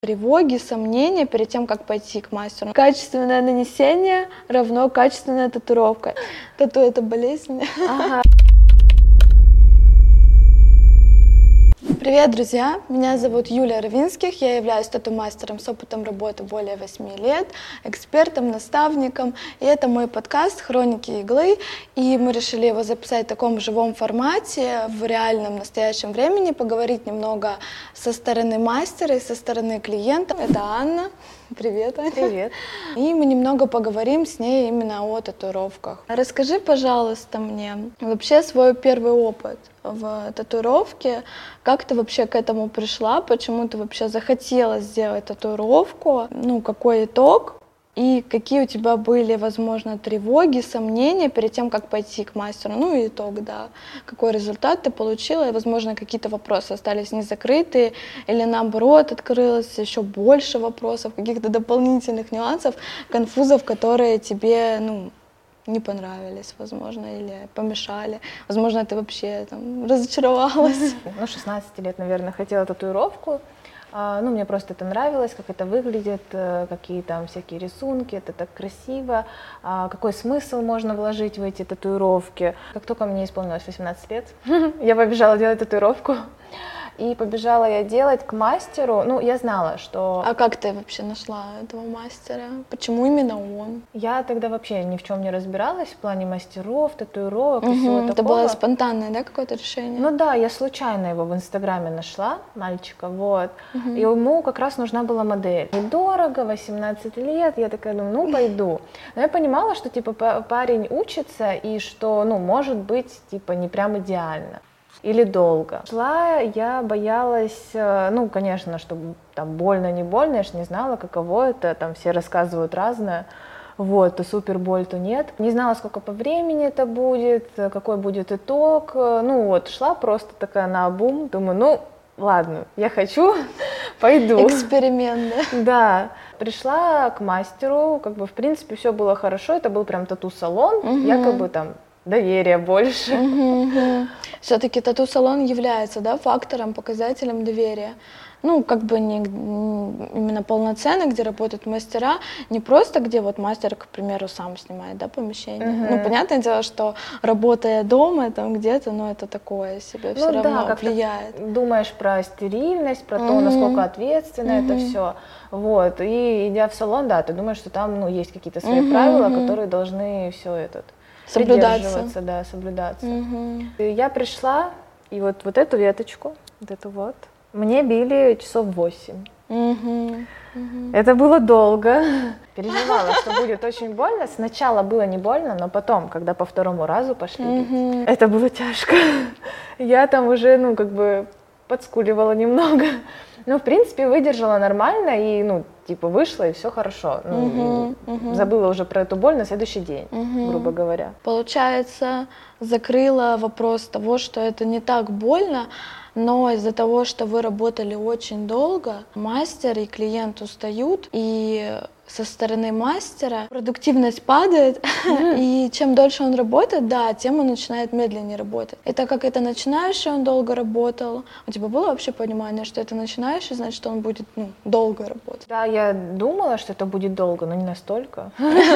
Тревоги, сомнения перед тем, как пойти к мастеру. Качественное нанесение равно качественная татуировка. Тату — это болезнь. Ага. Привет, друзья! Меня зовут Юлия Равинских, я являюсь тату-мастером с опытом работы более 8 лет, экспертом, наставником, и это мой подкаст «Хроники иглы», и мы решили его записать в таком живом формате, в реальном, настоящем времени, поговорить немного со стороны мастера и со стороны клиента. Это Анна. Привет, Аня. Привет. И мы немного поговорим с ней именно о татуировках. Расскажи, пожалуйста, мне вообще свой первый опыт в татуировке. Как ты вообще к этому пришла? Почему ты вообще захотела сделать татуировку? Какой итог? И какие у тебя были, возможно, тревоги, сомнения перед тем, как пойти к мастеру? И итог, да. Какой результат ты получила? И, возможно, какие-то вопросы остались незакрытые, или наоборот, открылось еще больше вопросов, каких-то дополнительных нюансов, конфузов, которые тебе, не понравились, возможно, или помешали. Возможно, ты вообще разочаровалась. 16 лет, наверное, хотела татуировку. Мне просто это нравилось, как это выглядит, какие там всякие рисунки, это так красиво, какой смысл можно вложить в эти татуировки. Как только мне исполнилось 18 лет, я побежала делать татуировку. И побежала я делать к мастеру. Я знала, что... А как ты вообще нашла этого мастера? Почему именно он? Я тогда вообще ни в чем не разбиралась в плане мастеров, татуировок и всего такого. Это было спонтанное, да, какое-то решение? Да, я случайно его в Инстаграме нашла, мальчика, И ему как раз нужна была модель. Недорого, 18 лет, я такая думаю, пойду. Но я понимала, что, парень учится и что, может быть, не прям идеально. Или долго. Шла, я боялась, конечно, что там больно, не больно, я ж не знала, каково это, там все рассказывают разное, то супер боль, то нет. Не знала, сколько по времени это будет, какой будет итог, шла просто такая наобум, думаю, ладно, я хочу, пойду. Эксперимент, да? Да. Пришла к мастеру, в принципе, все было хорошо, это был прям тату-салон, якобы там доверия больше. Все-таки тату-салон является, да, фактором, показателем доверия. Не именно полноценно, где работают мастера, не просто где мастер, к примеру, сам снимает, да, помещение. Понятное дело, что работая дома, там где-то, это такое себе все равно влияет. Думаешь про стерильность, про то, насколько ответственно это все. И идя в салон, да, ты думаешь, что там, есть какие-то свои правила, которые должны все это придерживаться, да, соблюдаться. Я пришла, и эту веточку, мне били часов 8. Это было долго. Переживала, что будет очень больно. Сначала было не больно, но потом, когда по второму разу пошли бить, это было тяжко. Я там уже, подскуливала немного. В принципе, выдержала нормально и, вышла, и все хорошо. Забыла уже про эту боль на следующий день, грубо говоря. Получается, закрыла вопрос того, что это не так больно, но из-за того, что вы работали очень долго, мастер и клиент устают, и со стороны мастера продуктивность падает, и чем дольше он работает, да, тем он начинает медленнее работать. И так как это начинающий, он долго работал, у тебя было вообще понимание, что это начинающий, значит, что он будет долго работать? Да, я думала, что это будет долго, но не настолько.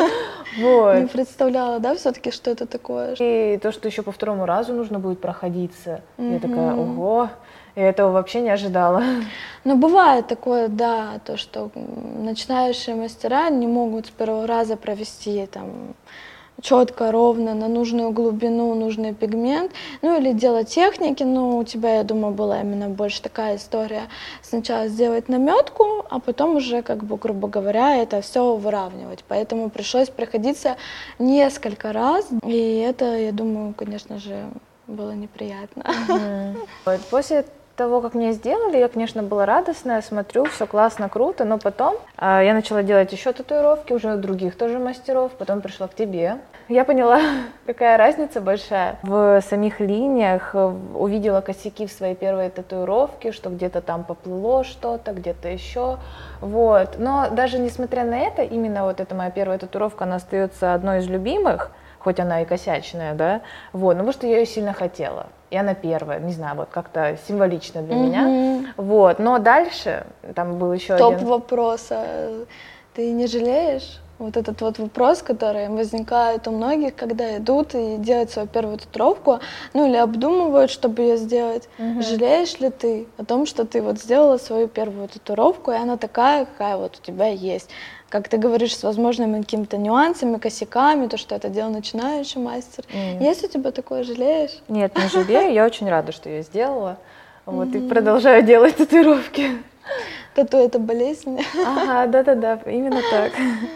Не представляла, да, все-таки, что это такое? И то, что еще по второму разу нужно будет проходиться, я такая, ого, я этого вообще не ожидала. Бывает такое, да, то, что начинающие мастера не могут с первого раза провести четко, ровно, на нужную глубину, нужный пигмент, или делать техники, но у тебя, я думаю, была именно больше такая история. Сначала сделать наметку, а потом уже, грубо говоря, это все выравнивать. Поэтому пришлось проходиться несколько раз, и это, я думаю, конечно же, было неприятно. После того, как мне сделали, я, конечно, была радостная, смотрю, все классно, круто, но потом я начала делать еще татуировки, уже у других тоже мастеров, потом пришла к тебе. Я поняла, какая разница большая. В самих линиях увидела косяки в своей первой татуировке, что где-то там поплыло что-то, где-то еще. Но даже несмотря на это, именно эта моя первая татуировка, она остается одной из любимых, хоть она и косячная, да, вот, но потому что я ее сильно хотела. И она первая, не знаю, вот как-то символично для меня, вот, но дальше там был еще один... Топ вопроса, ты не жалеешь? Вот этот вот вопрос, который возникает у многих, когда идут и делают свою первую татуировку, ну или обдумывают, чтобы ее сделать. Жалеешь ли ты о том, что ты вот сделала свою первую татуировку, и она такая, какая вот у тебя есть? Как ты говоришь, с возможными какими-то нюансами, косяками, то, что это делал начинающий мастер. Есть у тебя такое, жалеешь? Нет, не жалею, я очень рада, что я сделала. Вот, и продолжаю делать татуировки. Тату — это болезнь? Ага, да-да-да, именно так.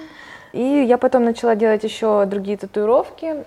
И я потом начала делать еще другие татуировки,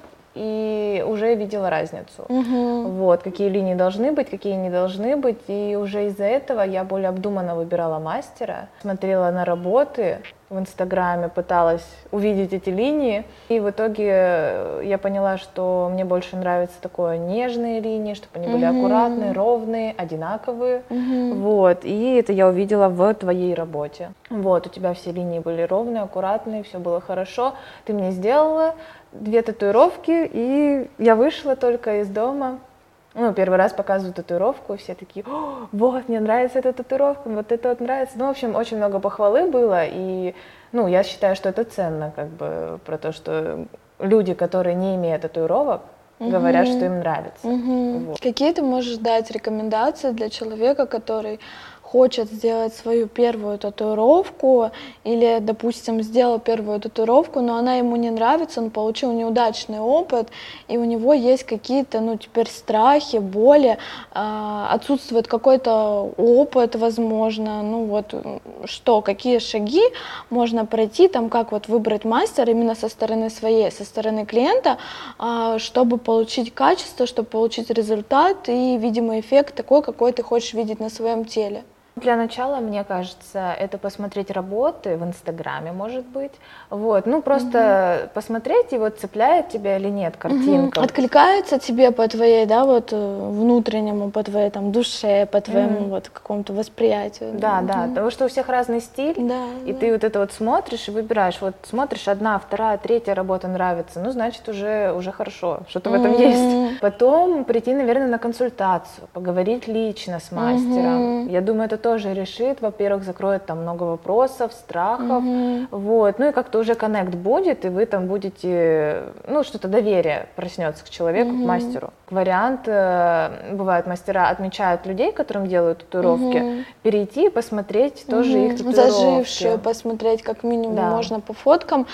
и уже видела разницу. Вот, какие линии должны быть, какие не должны быть. И уже из-за этого я более обдуманно выбирала мастера, смотрела на работы в Инстаграме, пыталась увидеть эти линии. И в итоге я поняла, что мне больше нравятся такое нежные линии, чтобы они были аккуратные, ровные, одинаковые. Вот, и это я увидела в твоей работе. Вот, у тебя все линии были ровные, аккуратные, все было хорошо. Ты мне сделала 2 татуировки, и я вышла только из дома. Ну, первый раз показываю татуировку, все такие: вот, мне нравится эта татуировка, вот это вот нравится. Ну, в общем, очень много похвалы было, и, ну, я считаю, что это ценно, как бы, про то, что люди, которые не имеют татуировок, говорят, что им нравится. Вот. Какие ты можешь дать рекомендации для человека, который хочет сделать свою первую татуировку или, допустим, сделал первую татуировку, но она ему не нравится, он получил неудачный опыт, и у него есть какие-то, ну, теперь страхи, боли, отсутствует какой-то опыт, возможно, ну вот, что, какие шаги можно пройти, там, как вот выбрать мастера именно со стороны своей, со стороны клиента, чтобы получить качество, чтобы получить результат и видимый эффект такой, какой ты хочешь видеть на своем теле. Для начала, мне кажется, это посмотреть работы в Инстаграме, может быть, вот, ну просто посмотреть, и вот цепляет тебя или нет картинка. Откликается тебе по твоей, да, вот внутреннему, по твоей там душе, по твоему вот какому-то восприятию. Да, да, потому что у всех разный стиль, да, и ты вот это вот смотришь и выбираешь, вот смотришь, 1, 2, 3 работа нравится, ну значит уже хорошо, что-то в этом есть. Потом прийти, наверное, на консультацию, поговорить лично с мастером. Я думаю, это тоже решит, во-первых, закроет там много вопросов, страхов, вот, ну и как-то уже коннект будет, и вы там будете, ну, что-то доверие проснется к человеку, к мастеру. Вариант, бывают мастера отмечают людей, которым делают татуировки, перейти и посмотреть тоже их татуировки. Зажившие, посмотреть как минимум можно по фоткам,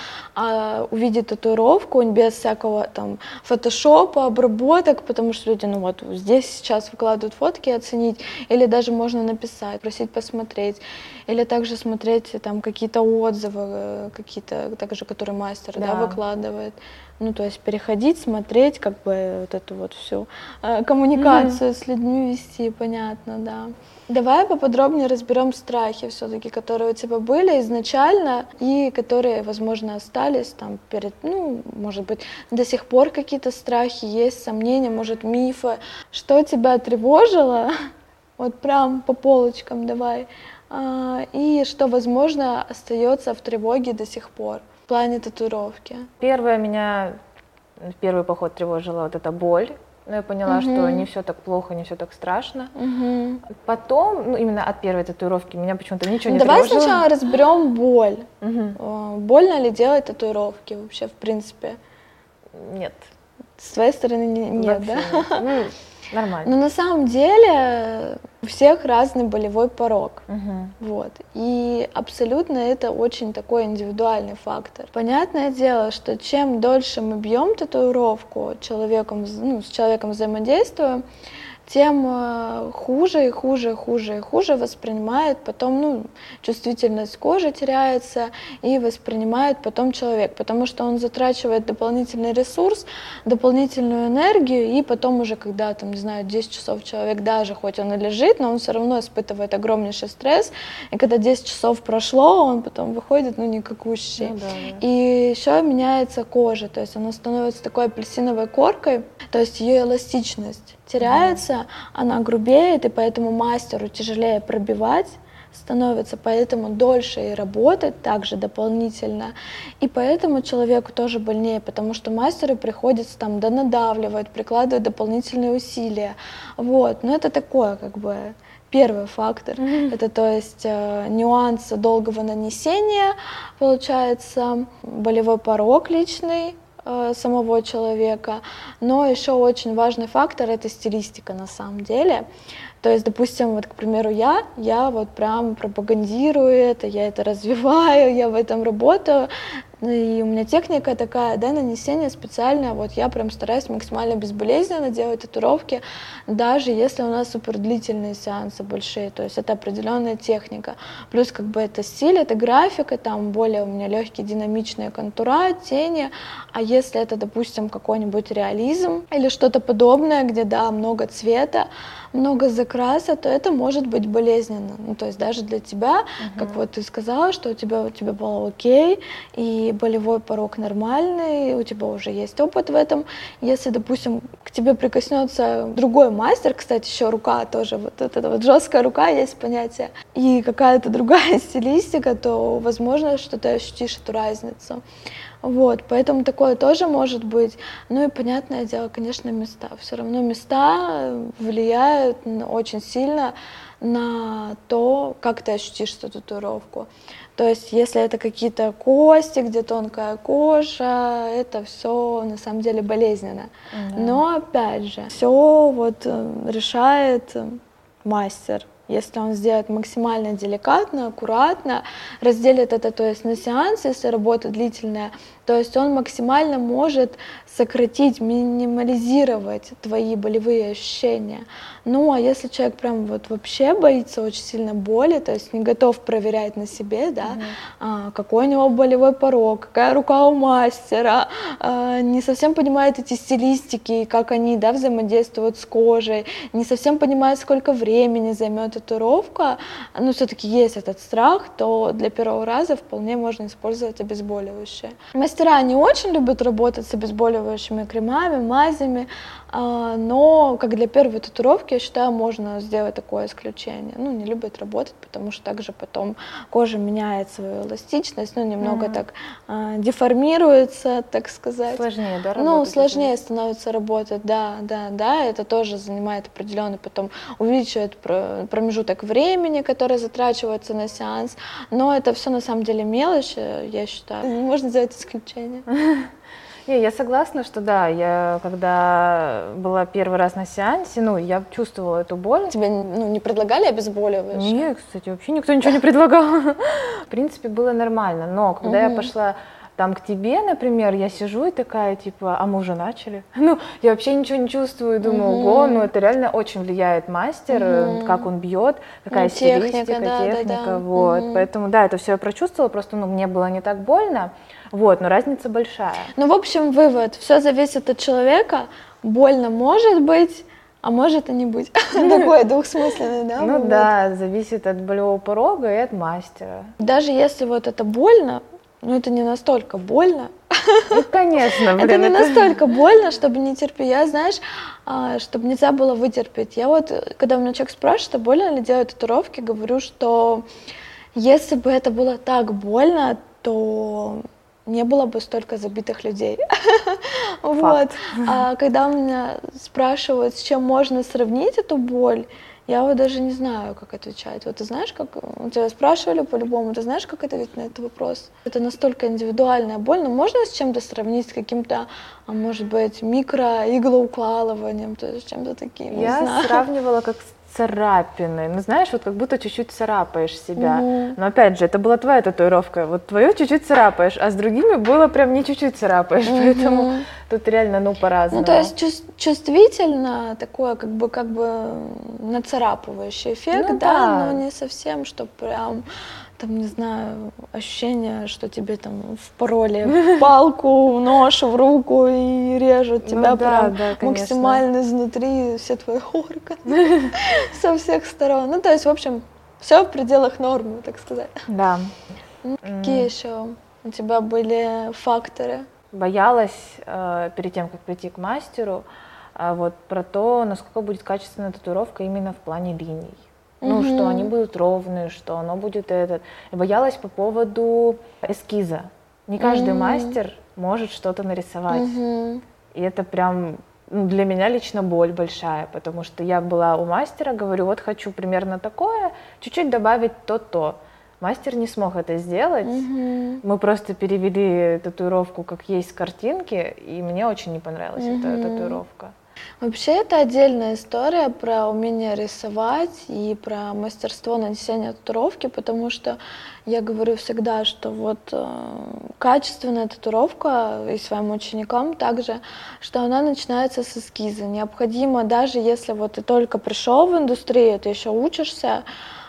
увидеть татуировку без всякого там фотошопа, обработок, потому что люди, ну вот здесь сейчас выкладывают фотки, оценить, или даже можно написать, просить посмотреть, или также смотреть там какие-то отзывы, какие-то также, которые мастер выкладывает. Ну, то есть переходить, смотреть, как бы вот эту вот всю коммуникацию с людьми вести, понятно, да. Давай поподробнее разберем страхи все-таки, которые у тебя были изначально и которые, возможно, остались там перед, ну, может быть, до сих пор какие-то страхи есть, сомнения, может, мифы. Что тебя тревожило? Вот прям по полочкам давай. И что, возможно, остается в тревоге до сих пор в плане татуировки? Меня в первый поход тревожила вот эта боль. Но я поняла, что не все так плохо, не все так страшно. Потом, ну, именно от первой татуировки меня почему-то ничего не тревожило. Давай сначала разберем боль. Больно ли делать татуировки вообще, в принципе? Нет. С твоей стороны нет, вообще да? Нет. Нормально. Но на самом деле у всех разный болевой порог. Вот. И абсолютно это очень такой индивидуальный фактор. Понятное дело, что чем дольше мы бьем татуировку человеком, ну, с человеком взаимодействуем, тем хуже и хуже, хуже и хуже воспринимает потом, ну, чувствительность кожи теряется и воспринимает потом человек, потому что он затрачивает дополнительный ресурс, дополнительную энергию, и потом уже, когда, там, не знаю, 10 часов человек, даже хоть он и лежит, но он все равно испытывает огромнейший стресс, и когда 10 часов прошло, он потом выходит, ну, никакущий. Ну, да. И еще меняется кожа, то есть она становится такой апельсиновой коркой, то есть ее эластичность теряется, она грубеет, и поэтому мастеру тяжелее пробивать становится, поэтому дольше и работать также дополнительно, и поэтому человеку тоже больнее, потому что мастеру приходится там донадавливать, прикладывать дополнительные усилия, вот, но это такое как бы первый фактор, это то есть нюансы долгого нанесения, получается, болевой порог личный самого человека, но еще очень важный фактор — это стилистика на самом деле. То есть, допустим, вот, к примеру, я вот прям пропагандирую это, я это развиваю, я в этом работаю, и у меня техника такая, да, нанесение специальное, вот я прям стараюсь максимально безболезненно делать татуировки, даже если у нас супер длительные сеансы большие, то есть это определенная техника, плюс как бы это стиль, это графика, там более у меня легкие динамичные контура, тени, а если это, допустим, какой-нибудь реализм или что-то подобное, где, да, много цвета, много закраса, то это может быть болезненно. Ну, то есть даже для тебя, как вот ты сказала, что у тебя было окей, и болевой порог нормальный, у тебя уже есть опыт в этом. Если, допустим, к тебе прикоснется другой мастер, кстати, еще рука тоже, вот эта вот жесткая рука, есть понятие, и какая-то другая стилистика, то, возможно, что ты ощутишь эту разницу. Вот, поэтому такое тоже может быть. Ну и понятное дело, конечно, места. Все равно места влияют очень сильно на то, как ты ощутишь эту татуировку. То есть, если это какие-то кости, где тонкая кожа, это все на самом деле болезненно. Но опять же, все вот решает мастер. Если он сделает максимально деликатно, аккуратно, разделит это, то есть на сеанс, если работа длительная, то есть он максимально может сократить, минимализировать твои болевые ощущения. Ну, а если человек прям вот вообще боится очень сильно боли, то есть не готов проверять на себе, да, какой у него болевой порог, какая рука у мастера, не совсем понимает эти стилистики, как они, да, взаимодействуют с кожей, не совсем понимает, сколько времени займет татуировка, но все-таки есть этот страх, то для первого раза вполне можно использовать обезболивающее. Мастера не очень любят работать с обезболивающими кремами, мазями, но как для первой татуировки, я считаю, можно сделать такое исключение. Ну, не любят работать, потому что также потом кожа меняет свою эластичность, ну, немного так деформируется, так сказать. Сложнее, да, работать? Ну, сложнее становится работать, да, это тоже занимает определенный, потом увеличивает промежуток времени, который затрачивается на сеанс, но это все на самом деле мелочь, я считаю, можно сделать исключение. Не, я согласна, что да, я когда была первый раз на сеансе, ну, я чувствовала эту боль. Тебе не предлагали обезболивающее? Нет, кстати, вообще никто ничего не предлагал. В принципе, было нормально, но когда я пошла там к тебе, например, я сижу и такая, типа, а мы уже начали? Ну, я вообще ничего не чувствую, думаю, ого, ну, это реально очень влияет мастер, как он бьет, какая стилистика, техника, вот. Поэтому, да, это все я прочувствовала, просто, ну, мне было не так больно. Вот, но разница большая. Ну, в общем, вывод. Все зависит от человека. Больно может быть, а может и не быть. Такой двухсмысленный, да? Ну да, зависит от болевого порога и от мастера. Даже если вот это больно, ну это не настолько больно. Ну, конечно, блин. Это не настолько больно, чтобы не терпеть. Я, знаешь, чтобы нельзя было вытерпеть. Я вот, когда у меня человек спрашивает, а больно ли делать татуировки, говорю, что если бы это было так больно, то не было бы столько забитых людей. Вот. А когда меня спрашивают, с чем можно сравнить эту боль, я вот даже не знаю, как отвечать. Вот ты знаешь, как тебя спрашивали по-любому, ты знаешь, как ответить на этот вопрос? Это настолько индивидуальная боль, но можно с чем-то сравнить, с каким-то, может быть, микроиглоукалыванием, то есть чем-то таким. Я сравнивала как царапины, ну знаешь, вот как будто чуть-чуть царапаешь себя, но опять же, это была твоя татуировка, вот твою чуть-чуть царапаешь, а с другими было прям не чуть-чуть царапаешь, поэтому тут реально, ну, по-разному. Ну, то есть чувствительно такое, как бы нацарапывающий эффект, ну, да, но не совсем, что прям там, не знаю, ощущение, что тебе там впороли палку, нож в руку и режут тебя прям максимально изнутри, все твои органы со всех сторон. Ну, то есть, в общем, все в пределах нормы, так сказать. Да. Какие еще у тебя были факторы? Боялась перед тем, как прийти к мастеру, вот про то, насколько будет качественная татуировка именно в плане линий. Ну, что они будут ровные, что оно будет этот. И боялась по поводу эскиза. Не каждый мастер может что-то нарисовать. И это прям для меня лично боль большая, потому что я была у мастера, говорю, вот хочу примерно такое, чуть-чуть добавить то-то. Мастер не смог это сделать. Мы просто перевели татуировку как есть с картинки, и мне очень не понравилась эта татуировка. Вообще это отдельная история про умение рисовать и про мастерство нанесения татуировки, потому что я говорю всегда, что вот качественная татуировка и своим ученикам также, что она начинается с эскиза. Необходимо, даже если вот ты только пришел в индустрию, ты еще учишься,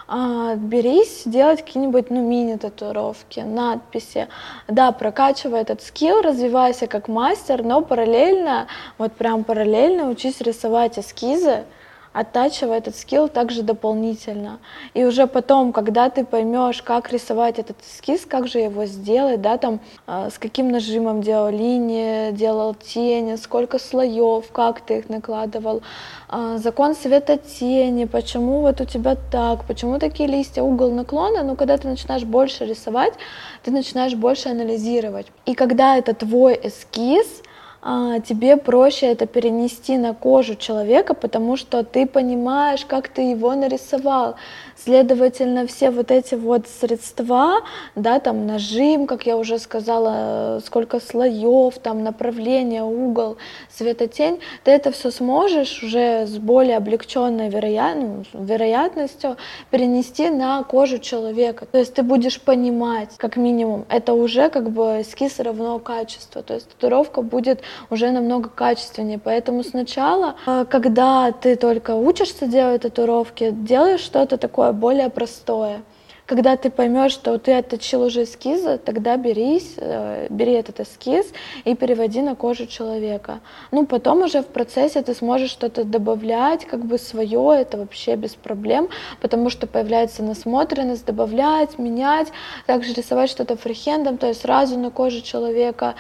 берись делать какие-нибудь мини-татуировки, надписи. Да, прокачивай этот скилл, развивайся как мастер, но параллельно, вот прям параллельно учись рисовать эскизы, оттачивая этот скилл также дополнительно. И уже потом, когда ты поймешь, как рисовать этот эскиз, как же его сделать, да, там, с каким нажимом делал линии, делал тени, сколько слоев, как ты их накладывал, закон света тени, почему вот у тебя так, почему такие листья, угол наклона, но когда ты начинаешь больше рисовать, ты начинаешь больше анализировать. И когда это твой эскиз, тебе проще это перенести на кожу человека, потому что ты понимаешь, как ты его нарисовал. Следовательно, все вот эти вот средства, да, там нажим, как я уже сказала, сколько слоев, там направление, угол, светотень, ты это все сможешь уже с более облегченной вероятностью перенести на кожу человека. То есть ты будешь понимать, как минимум, это уже как бы эскиз равно качество, то есть татуировка будет уже намного качественнее. Поэтому сначала, когда ты только учишься делать татуировки, делаешь что-то такое более простое. Когда ты поймешь, что ты отточил уже эскизы, тогда бери этот эскиз и переводи на кожу человека. Потом уже в процессе ты сможешь что-то добавлять, как бы свое, это вообще без проблем, потому что появляется насмотренность, добавлять, менять, также рисовать что-то фрихендом, то есть сразу на коже человека.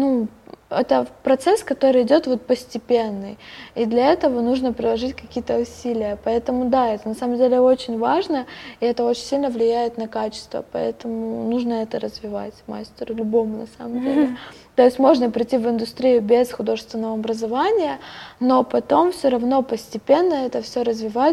Это процесс, который идет вот постепенный, и для этого нужно приложить какие-то усилия. Поэтому да, это на самом деле очень важно, и это очень сильно влияет на качество, поэтому нужно это развивать мастеру, любому на самом деле. То есть можно прийти в индустрию без художественного образования, но потом все равно постепенно это все развивать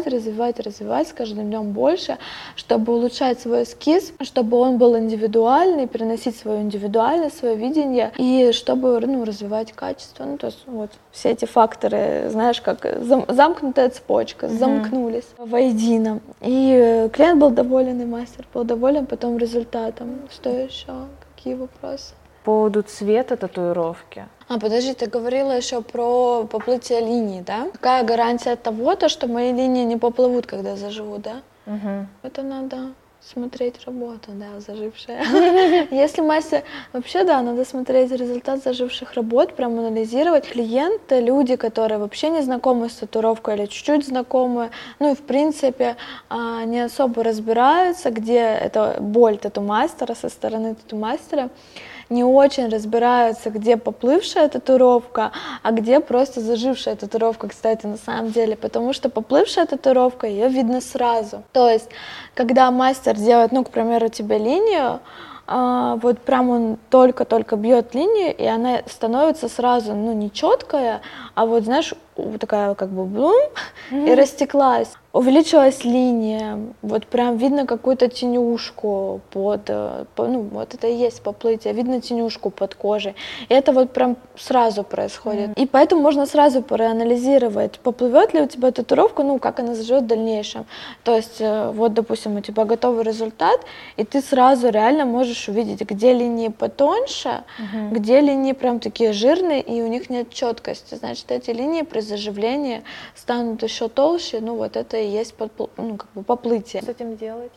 с каждым днем больше, чтобы улучшать свой эскиз, чтобы он был индивидуальный, переносить свою индивидуальность, свое видение, и чтобы развивать качество. То есть вот все эти факторы, знаешь, как замкнутая цепочка, замкнулись воедино. И клиент был доволен, и мастер был доволен потом результатом. Что еще? Какие вопросы? По поводу цвета татуировки. Подожди, ты говорила еще про поплытие линий, да? Какая гарантия того, что мои линии не поплывут, когда заживу, да? Это надо смотреть работу, да, зажившая. Если мастер... Вообще, да, надо смотреть результат заживших работ, прям анализировать. Клиенты, люди, которые вообще не знакомы с татуировкой или чуть-чуть знакомы, и в принципе не особо разбираются, где это боль тату-мастера, со стороны тату-мастера, не очень разбираются, где поплывшая татуировка, а где просто зажившая татуировка, кстати, на самом деле, потому что поплывшая татуировка, ее видно сразу. То есть, когда мастер делает, к примеру, тебе линию, вот прям он только-только бьет линию, и она становится сразу, не четкая, а вот, знаешь, такая как бы блум, и растеклась. Увеличилась линия, вот прям видно какую-то тенюшку вот это и есть поплытие, видно тенюшку под кожей. И это вот прям сразу происходит. И поэтому можно сразу проанализировать, поплывет ли у тебя татуировка, как она заживет в дальнейшем. То есть, вот, допустим, у тебя готовый результат, и ты сразу реально можешь увидеть, где линии потоньше, где линии прям такие жирные, и у них нет четкости. Значит, эти линии при заживлении станут еще толще, вот это и есть поплытие. Что с этим делать?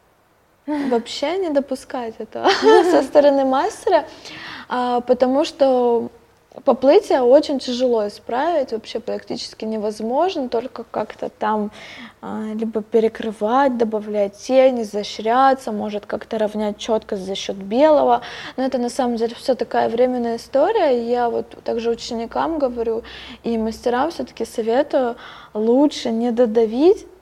Вообще не допускать этого со стороны мастера, потому что поплытие очень тяжело исправить, вообще практически невозможно, только как-то там либо перекрывать, добавлять тень, изощряться, может как-то равнять четкость за счет белого, но это на самом деле все такая временная история, и я вот также ученикам говорю и мастерам все-таки советую лучше не додавить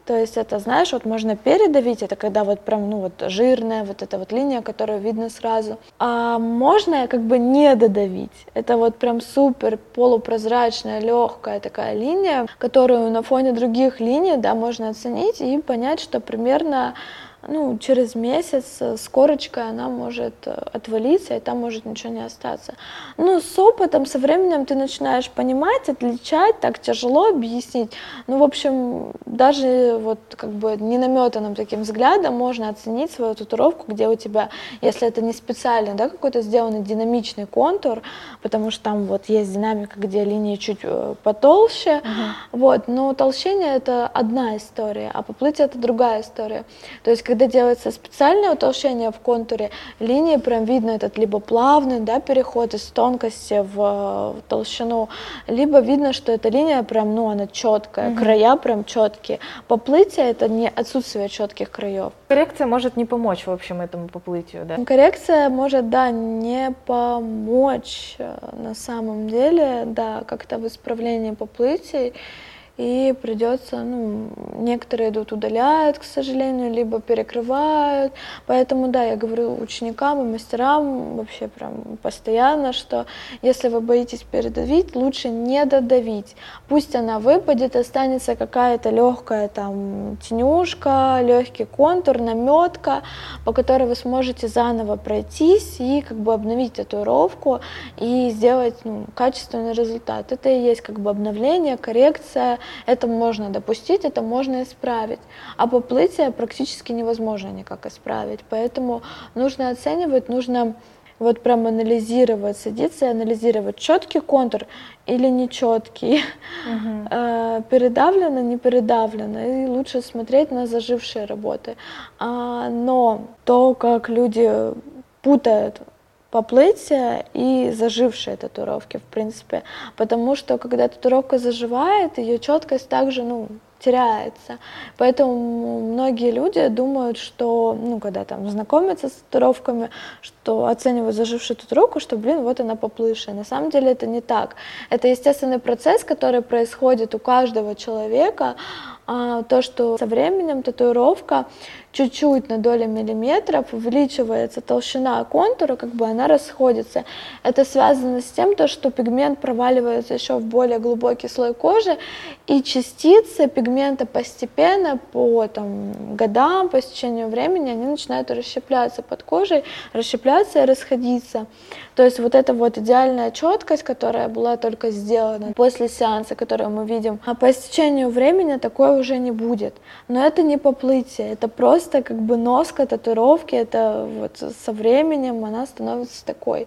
То есть это, знаешь, вот можно передавить, это когда вот прям, ну вот жирная вот эта вот линия, которую видно сразу. А можно как бы не додавить. Это вот прям супер полупрозрачная, легкая такая линия, которую на фоне других линий, да, можно оценить и понять, что примерно через месяц с корочкой она может отвалиться, и там может ничего не остаться. С опытом, со временем ты начинаешь понимать, отличать, так тяжело объяснить. В общем, даже вот как бы ненаметанным таким взглядом можно оценить свою татуировку, где у тебя, если это не специально, да, какой-то сделанный динамичный контур, потому что там вот есть динамика, где линии чуть потолще, вот, но утолщение — это одна история, а поплытие — это другая история. То есть когда делается специальное утолщение в контуре, линии прям видно этот либо плавный, да, переход из тонкости в толщину, либо видно, что эта линия прям, она четкая, края прям четкие. Поплытие — это не отсутствие четких краев. Коррекция может не помочь, в общем, этому поплытию, да? Коррекция может, да, не помочь на самом деле, да, как-то в исправлении поплытий. И придется, некоторые идут, удаляют, к сожалению, либо перекрывают. Поэтому, да, я говорю ученикам и мастерам вообще прям постоянно, что если вы боитесь передавить, лучше не додавить. Пусть она выпадет, останется какая-то легкая там тенюшка, легкий контур, наметка, по которой вы сможете заново пройтись и как бы обновить татуировку и сделать качественный результат. Это и есть как бы обновление, коррекция. Это можно допустить, это можно исправить. А поплытие практически невозможно никак исправить. Поэтому нужно оценивать, нужно вот прям анализировать, садиться и анализировать, четкий контур или нечеткий, передавлено, не передавлено. И лучше смотреть на зажившие работы. Но то, как люди путают поплытие и зажившие татуировки, в принципе, потому что когда татуировка заживает, ее четкость также, теряется. Поэтому многие люди думают, что, когда там знакомятся с татуировками, что оценивают зажившую татуировку, что, вот она поплывшая. На самом деле это не так. Это естественный процесс, который происходит у каждого человека. То, что со временем татуировка чуть-чуть на долю миллиметров увеличивается толщина контура, как бы она расходится. Это связано с тем, что пигмент проваливается еще в более глубокий слой кожи, и частицы пигмента постепенно по годам, по стечению времени, они начинают расщепляться под кожей, расщепляться и расходиться. То есть вот эта вот идеальная четкость, которая была только сделана после сеанса, которую мы видим, а по истечению времени такое уже не будет. Но это не поплытие, это просто как бы носка татуировки, это вот со временем она становится такой.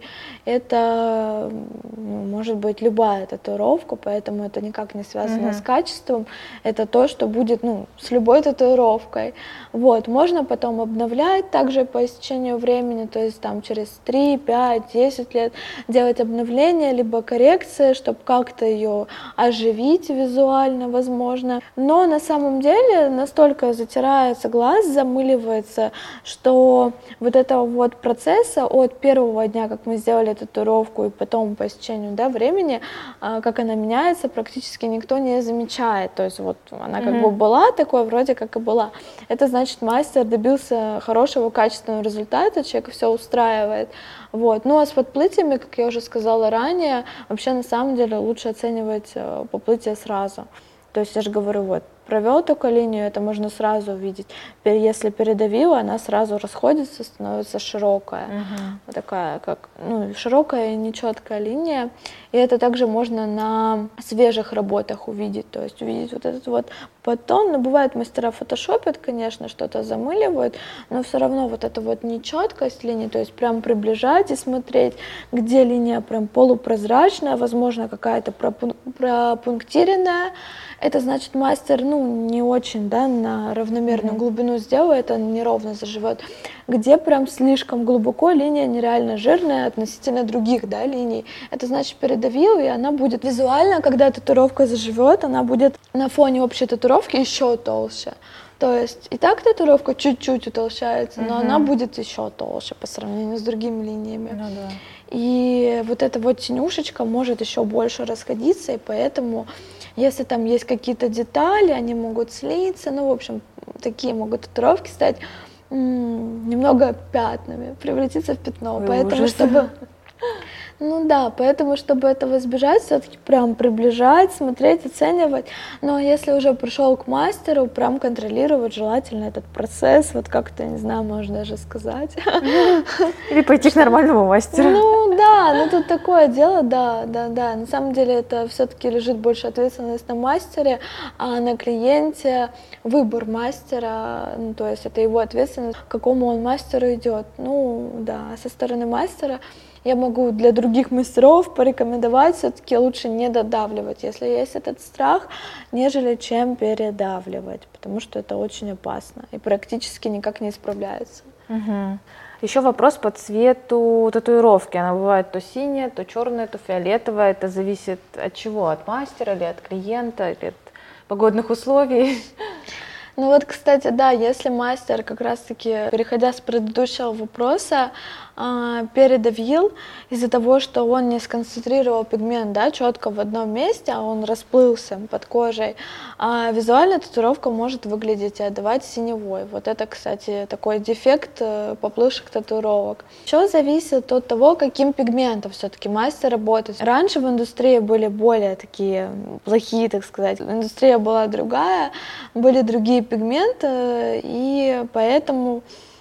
Это может быть любая татуировка, поэтому это никак не связано с качеством, это то, что будет с любой татуировкой. Вот, можно потом обновлять также по истечению времени, то есть там через 3, 5, 10 лет делать обновление, либо коррекция, чтобы как-то ее оживить визуально, возможно. Но на самом деле настолько затирается глаз, замыливается, что вот этого вот процесса от первого дня, как мы сделали татуировку, и потом по истечению времени, как она меняется, практически никто не замечает. То есть вот она как бы была такой, вроде как и была. Это значит, мастер добился хорошего, качественного результата, человека все устраивает. Вот. А с подплытиями, как я уже сказала ранее, вообще на самом деле лучше оценивать поплытие сразу. То есть я же говорю, вот, провел только линию, это можно сразу увидеть. Если передавила, она сразу расходится, становится широкая. Вот такая, как, широкая и нечеткая линия. И это также можно на свежих работах увидеть. То есть увидеть вот этот вот подтон. Но бывает, мастера фотошопят, конечно, что-то замыливают, но все равно вот эта вот нечеткость линии, то есть прям приближать и смотреть, где линия прям полупрозрачная, возможно, какая-то пропунктиренная. Это значит, мастер, не очень, на равномерную глубину сделал, это неровно заживет. Где прям слишком глубоко линия нереально жирная относительно других, линий. Это значит, передавил, и она будет визуально, когда татуировка заживет, она будет на фоне общей татуировки еще толще. То есть и так татуировка чуть-чуть утолщается, но она будет еще толще по сравнению с другими линиями. И вот эта вот тенюшечка может еще больше расходиться, и поэтому Если там есть какие-то детали, они могут слиться, ну, в общем, такие могут татуировки стать немного пятнами, превратиться в пятно. Ой, поэтому, ужас. чтобы... Ну да, поэтому, чтобы этого избежать, все-таки прям приближать, смотреть, оценивать. Но если уже пришел к мастеру, прям контролировать желательно этот процесс, вот как-то, не знаю, можно даже сказать. Или пойти к нормальному мастеру. Ну да, ну тут такое дело, да. На самом деле это все-таки лежит больше ответственность на мастере, а на клиенте выбор мастера, ну то есть это его ответственность, к какому он мастеру идет. Ну да, со стороны мастера я могу для других мастеров порекомендовать все-таки лучше не додавливать, если есть этот страх, нежели чем передавливать, потому что это очень опасно и практически никак не исправляется. Угу. Еще вопрос по цвету татуировки. Она бывает то синяя, то черная, то фиолетовая. Это зависит от чего? От мастера или от клиента, или от погодных условий? Ну вот, кстати, да, если мастер как раз-таки, переходя с предыдущего вопроса, передавил из-за того, что он не сконцентрировал пигмент, да, четко в одном месте, а он расплылся под кожей, визуально татуировка может выглядеть и отдавать синевой. Вот это, кстати, такой дефект поплывших татуировок. Еще зависит от того, каким пигментом все-таки мастер работает. Раньше в индустрии были более такие плохие, так сказать, индустрия была другая, были другие пигменты, и поэтому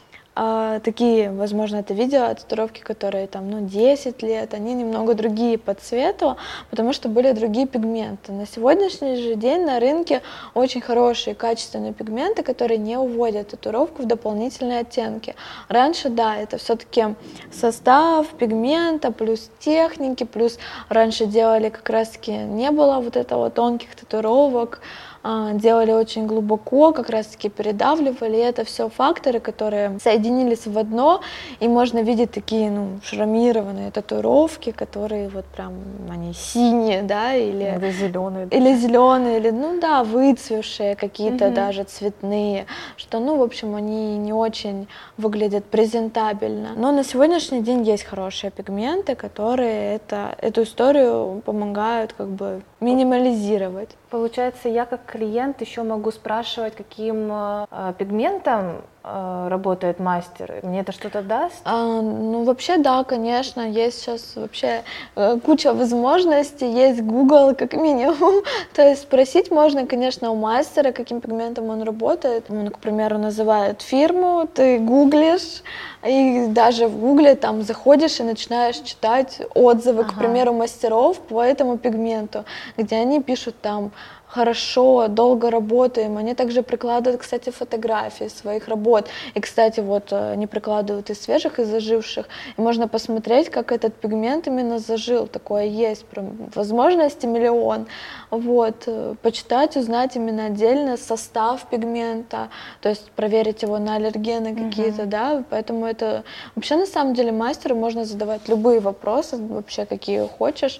такие, возможно, это видео татуировки, которые там, 10 лет, они немного другие по цвету, потому что были другие пигменты. На сегодняшний же день на рынке очень хорошие, качественные пигменты, которые не уводят татуировку в дополнительные оттенки. Раньше, да, это все-таки состав пигмента, плюс техники, плюс раньше делали как раз-таки, не было вот этого тонких татуировок, делали очень глубоко, как раз-таки передавливали. И это все факторы, которые соединились в одно, и можно видеть такие, шрамированные татуировки, которые вот прям, они синие, да, или зеленые. Или, выцвевшие какие-то даже цветные, что, в общем, они не очень выглядят презентабельно. Но на сегодняшний день есть хорошие пигменты, которые эту историю помогают как бы минимализировать. Получается, я как клиент еще могу спрашивать, каким пигментом работает мастер. Мне это что-то даст? Вообще, да, конечно. Есть сейчас вообще куча возможностей. Есть Google, как минимум. То есть спросить можно, конечно, у мастера, каким пигментом он работает. Он, к примеру, называет фирму, ты гуглишь, и даже в Гугле там заходишь и начинаешь читать отзывы, к примеру, мастеров по этому пигменту, где они пишут там: хорошо, долго работаем. Они также прикладывают, кстати, фотографии своих работ. И, кстати, вот они прикладывают и свежих, и заживших. И можно посмотреть, как этот пигмент именно зажил. Такое есть. Прям возможности миллион. Вот. Почитать, узнать именно отдельно состав пигмента. То есть проверить его на аллергены какие-то, да. Поэтому это вообще на самом деле мастеру можно задавать любые вопросы, вообще какие хочешь.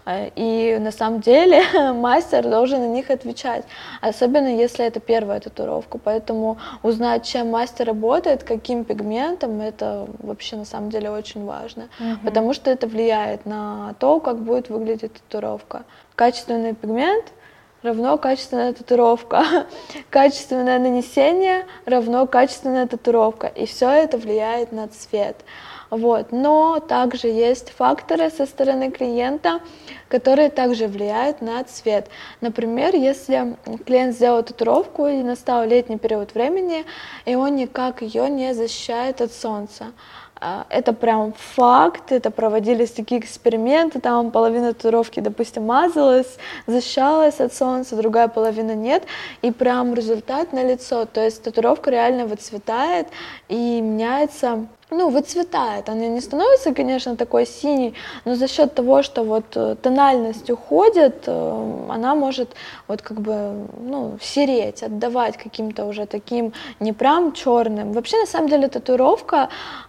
И на самом деле мастер должен на них отвечать, особенно если это первая татуировка. Поэтому узнать, чем мастер работает, каким пигментом, это вообще на самом деле очень важно, потому что это влияет на то, как будет выглядеть татуировка. Качественный пигмент равно качественная татуировка, качественное нанесение равно качественная татуировка, и все это влияет на цвет. Вот. Но также есть факторы со стороны клиента, которые также влияют на цвет. Например, если клиент сделал татуировку и настал летний период времени, и он никак ее не защищает от солнца. Это прям факт, это проводились такие эксперименты, там половина татуировки, допустим, мазалась, защищалась от солнца, другая половина нет, и прям результат налицо, то есть татуировка реально выцветает и меняется, выцветает, она не становится, конечно, такой синей, но за счет того, что вот тональность уходит, она может вот как бы, сереть, отдавать каким-то уже таким не прям черным. Вообще, на самом деле, татуировка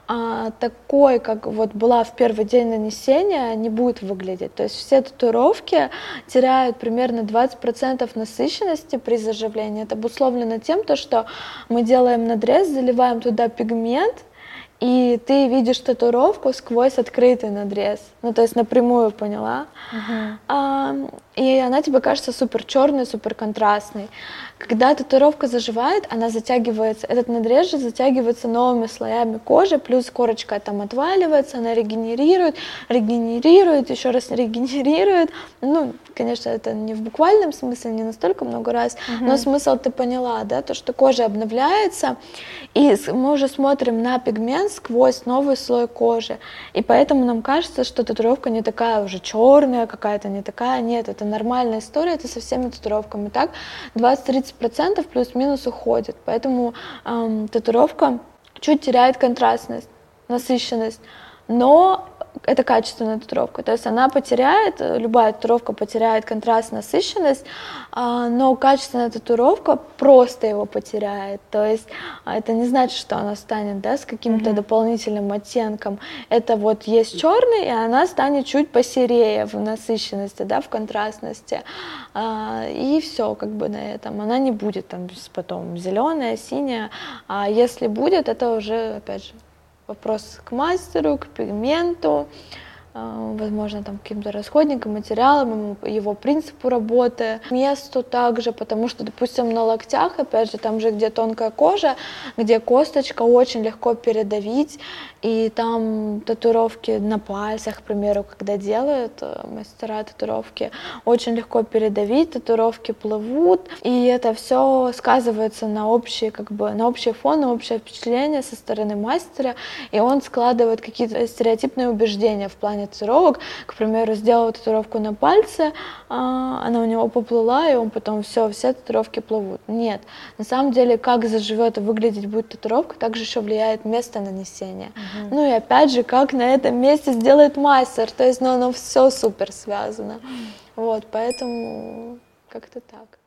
такой, как вот была в первый день нанесения, не будет выглядеть. То есть все татуировки теряют примерно 20% насыщенности при заживлении. Это обусловлено тем, что мы делаем надрез, заливаем туда пигмент, и ты видишь татуировку сквозь открытый надрез, ну, то есть напрямую, поняла? И она тебе кажется супер черной, супер контрастной. Когда татуировка заживает, она затягивается, этот надрез же затягивается новыми слоями кожи, плюс корочка там отваливается, она регенерирует, еще раз регенерирует. Ну, конечно, это не в буквальном смысле, не настолько много раз, но смысл ты поняла, да, то, что кожа обновляется, и мы уже смотрим на пигмент сквозь новый слой кожи, и поэтому нам кажется, что татуировка не такая уже черная, какая-то не такая, нет, это нормальная история, это со всеми татуировками так, 20-30% плюс-минус уходит, поэтому татуировка чуть теряет контрастность, насыщенность, но это качественная татуировка, то есть она потеряет, любая татуировка потеряет контраст, насыщенность, но качественная татуировка просто его потеряет, то есть это не значит, что она станет, да, с каким-то дополнительным оттенком, это вот есть черный, и она станет чуть посерее в насыщенности, да, в контрастности, и все, как бы на этом, она не будет там потом зеленая, синяя, а если будет, это уже, опять же, вопрос к мастеру, к пигменту, возможно, там, каким-то расходникам, материалам, его принципу работы, месту также, потому что, допустим, на локтях, опять же, там же, где тонкая кожа, где косточка, очень легко передавить, и там татуировки на пальцах, к примеру, когда делают мастера татуировки, очень легко передавить, татуировки плывут, и это все сказывается на общий, как бы, на общий фон, на общее впечатление со стороны мастера, и он складывает какие-то стереотипные убеждения в плане татуировок. К примеру, сделал татуировку на пальце, она у него поплыла, и он потом все татуировки плывут. Нет, на самом деле, как заживет и выглядеть будет татуировка, также еще влияет место нанесения. Ну и опять же, как на этом месте сделает мастер, то есть, ну, оно все супер связано. Вот, поэтому как-то так.